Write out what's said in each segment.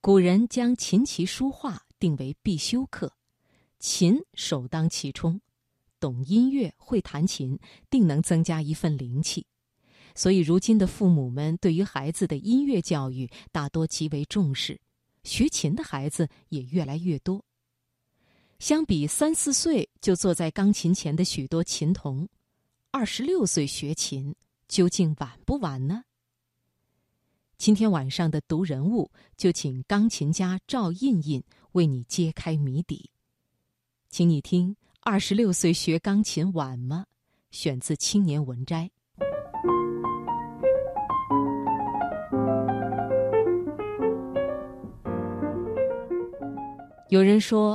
古人将琴棋书画定为必修课，琴首当其冲，懂音乐会弹琴定能增加一份灵气。所以如今的父母们对于孩子的音乐教育大多极为重视，学琴的孩子也越来越多。相比3、4岁就坐在钢琴前的许多琴童，26岁学琴究竟晚不晚呢？今天晚上的读人物就请钢琴家赵胤胤为你揭开谜底。请你听26岁学钢琴晚吗？选自青年文摘。有人说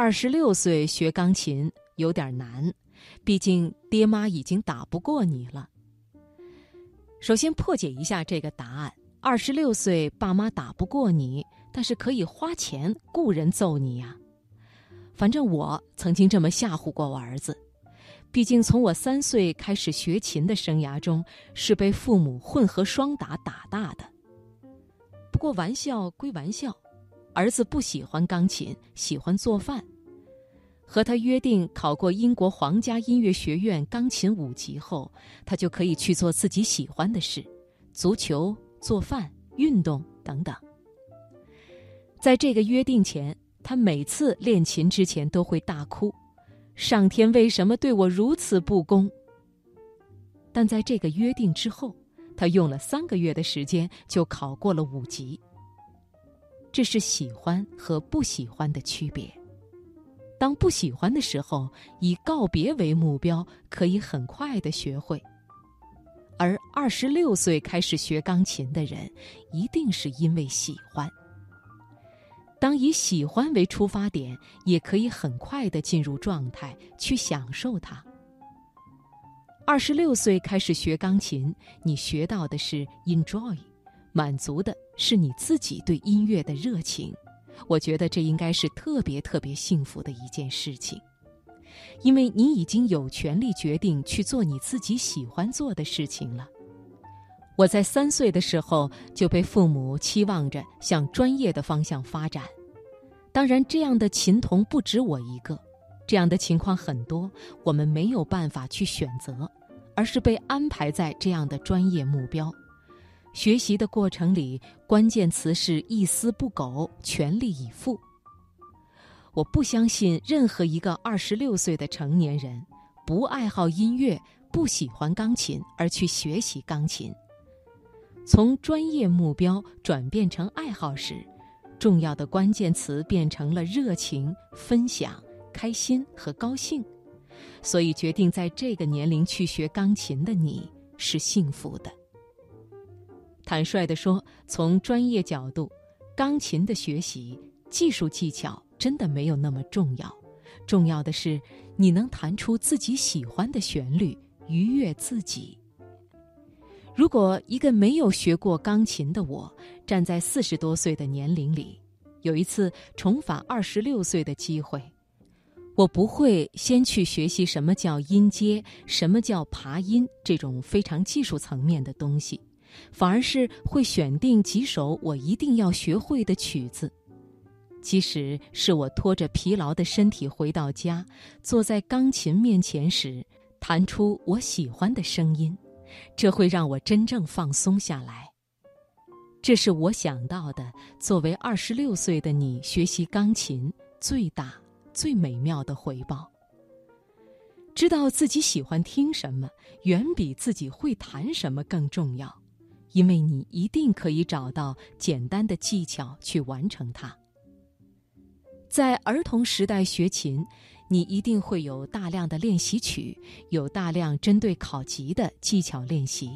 26岁学钢琴有点难，毕竟爹妈已经打不过你了。首先破解一下这个答案，26岁爸妈打不过你，但是可以花钱雇人揍你呀。反正我曾经这么吓唬过我儿子，毕竟从我3岁开始学琴的生涯中，是被父母混合双打打大的。不过玩笑归玩笑，儿子不喜欢钢琴，喜欢做饭。和他约定考过英国皇家音乐学院钢琴5级后，他就可以去做自己喜欢的事，足球、做饭、运动等等。在这个约定前，他每次练琴之前都会大哭，上天为什么对我如此不公？但在这个约定之后，他用了3个月的时间就考过了5级。这是喜欢和不喜欢的区别。当不喜欢的时候，以告别为目标，可以很快地学会。而26岁开始学钢琴的人，一定是因为喜欢。当以喜欢为出发点，也可以很快地进入状态，去享受它。26岁开始学钢琴，你学到的是 enjoy， 满足的是你自己对音乐的热情。我觉得这应该是特别幸福的一件事情，因为你已经有权利决定去做你自己喜欢做的事情了。我在3岁的时候就被父母期望着向专业的方向发展。当然，这样的琴童不止我一个，这样的情况很多，我们没有办法去选择，而是被安排在这样的专业目标。学习的过程里，关键词是一丝不苟，全力以赴。我不相信任何一个26岁的成年人不爱好音乐，不喜欢钢琴而去学习钢琴。从专业目标转变成爱好时，重要的关键词变成了热情、分享、开心和高兴。所以决定在这个年龄去学钢琴的你是幸福的。坦率地说，从专业角度，钢琴的学习技术技巧真的没有那么重要，重要的是你能弹出自己喜欢的旋律，愉悦自己。如果一个没有学过钢琴的我，站在40多岁的年龄里，有一次重返26岁的机会，我不会先去学习什么叫音阶，什么叫爬音这种非常技术层面的东西，反而是会选定几首我一定要学会的曲子。即使是我拖着疲劳的身体回到家，坐在钢琴面前时，弹出我喜欢的声音，这会让我真正放松下来。这是我想到的，作为26岁的你学习钢琴最大、最美妙的回报。知道自己喜欢听什么，远比自己会弹什么更重要。因为你一定可以找到简单的技巧去完成它。在儿童时代学琴，你一定会有大量的练习曲，有大量针对考级的技巧练习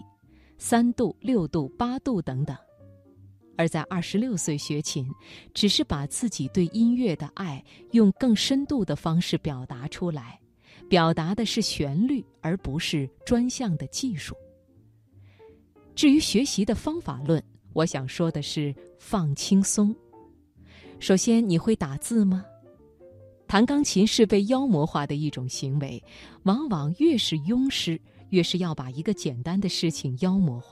，3度、6度、8度等等。而在26岁学琴，只是把自己对音乐的爱用更深度的方式表达出来，表达的是旋律，而不是专项的技术。至于学习的方法论，我想说的是放轻松。首先，你会打字吗？弹钢琴是被妖魔化的一种行为，往往越是庸师，越是要把一个简单的事情妖魔化，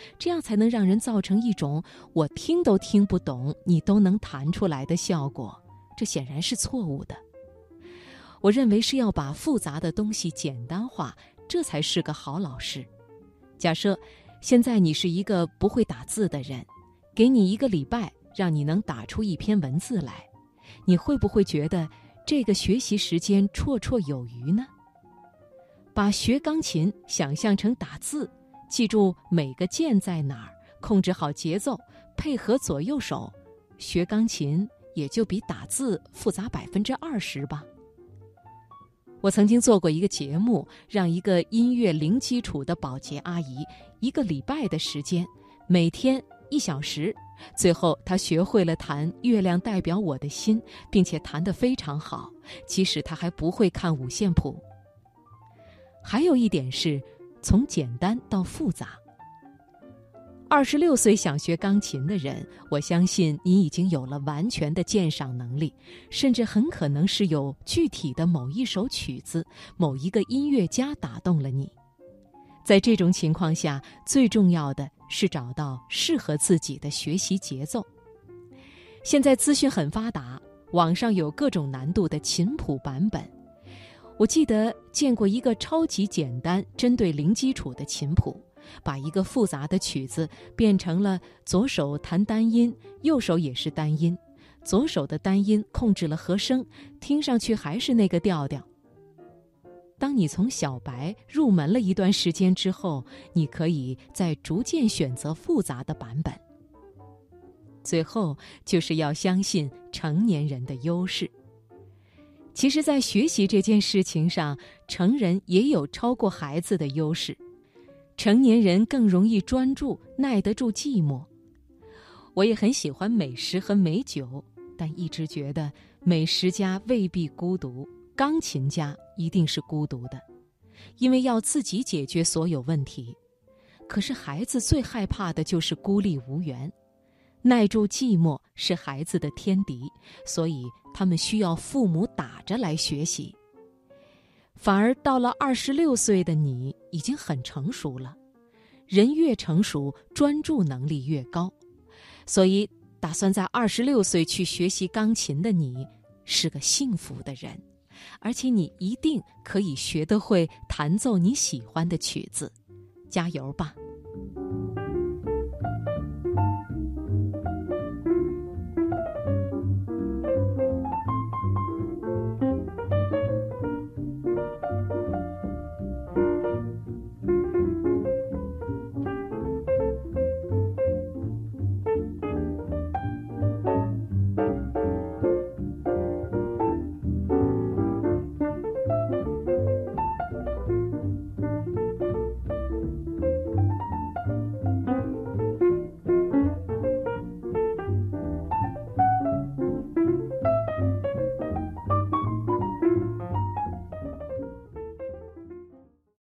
这样才能让人造成一种我听都听不懂，你都能弹出来的效果。这显然是错误的。我认为是要把复杂的东西简单化，这才是个好老师。假设现在你是一个不会打字的人，给你1个礼拜，让你能打出一篇文字来，你会不会觉得这个学习时间绰绰有余呢？把学钢琴想象成打字，记住每个键在哪儿，控制好节奏，配合左右手，学钢琴也就比打字复杂20%吧。我曾经做过一个节目，让一个音乐零基础的保洁阿姨1个礼拜的时间，每天1小时，最后她学会了弹《月亮代表我的心》，并且弹得非常好，即使她还不会看五线谱。还有一点是，从简单到复杂。26岁想学钢琴的人，我相信你已经有了完全的鉴赏能力，甚至很可能是有具体的某一首曲子、某一个音乐家打动了你。在这种情况下，最重要的是找到适合自己的学习节奏。现在资讯很发达，网上有各种难度的琴谱版本。我记得见过一个超级简单、针对零基础的琴谱，把一个复杂的曲子变成了左手弹单音，右手也是单音，左手的单音控制了和声，听上去还是那个调调。当你从小白入门了一段时间之后，你可以再逐渐选择复杂的版本。最后就是要相信成年人的优势。其实在学习这件事情上，成人也有超过孩子的优势。成年人更容易专注，耐得住寂寞。我也很喜欢美食和美酒，但一直觉得美食家未必孤独，钢琴家一定是孤独的，因为要自己解决所有问题。可是孩子最害怕的就是孤立无援，耐住寂寞是孩子的天敌，所以他们需要父母打着来学习。反而到了26岁的你已经很成熟了，人越成熟，专注能力越高。所以打算在26岁去学习钢琴的你是个幸福的人，而且你一定可以学得会弹奏你喜欢的曲子。加油吧！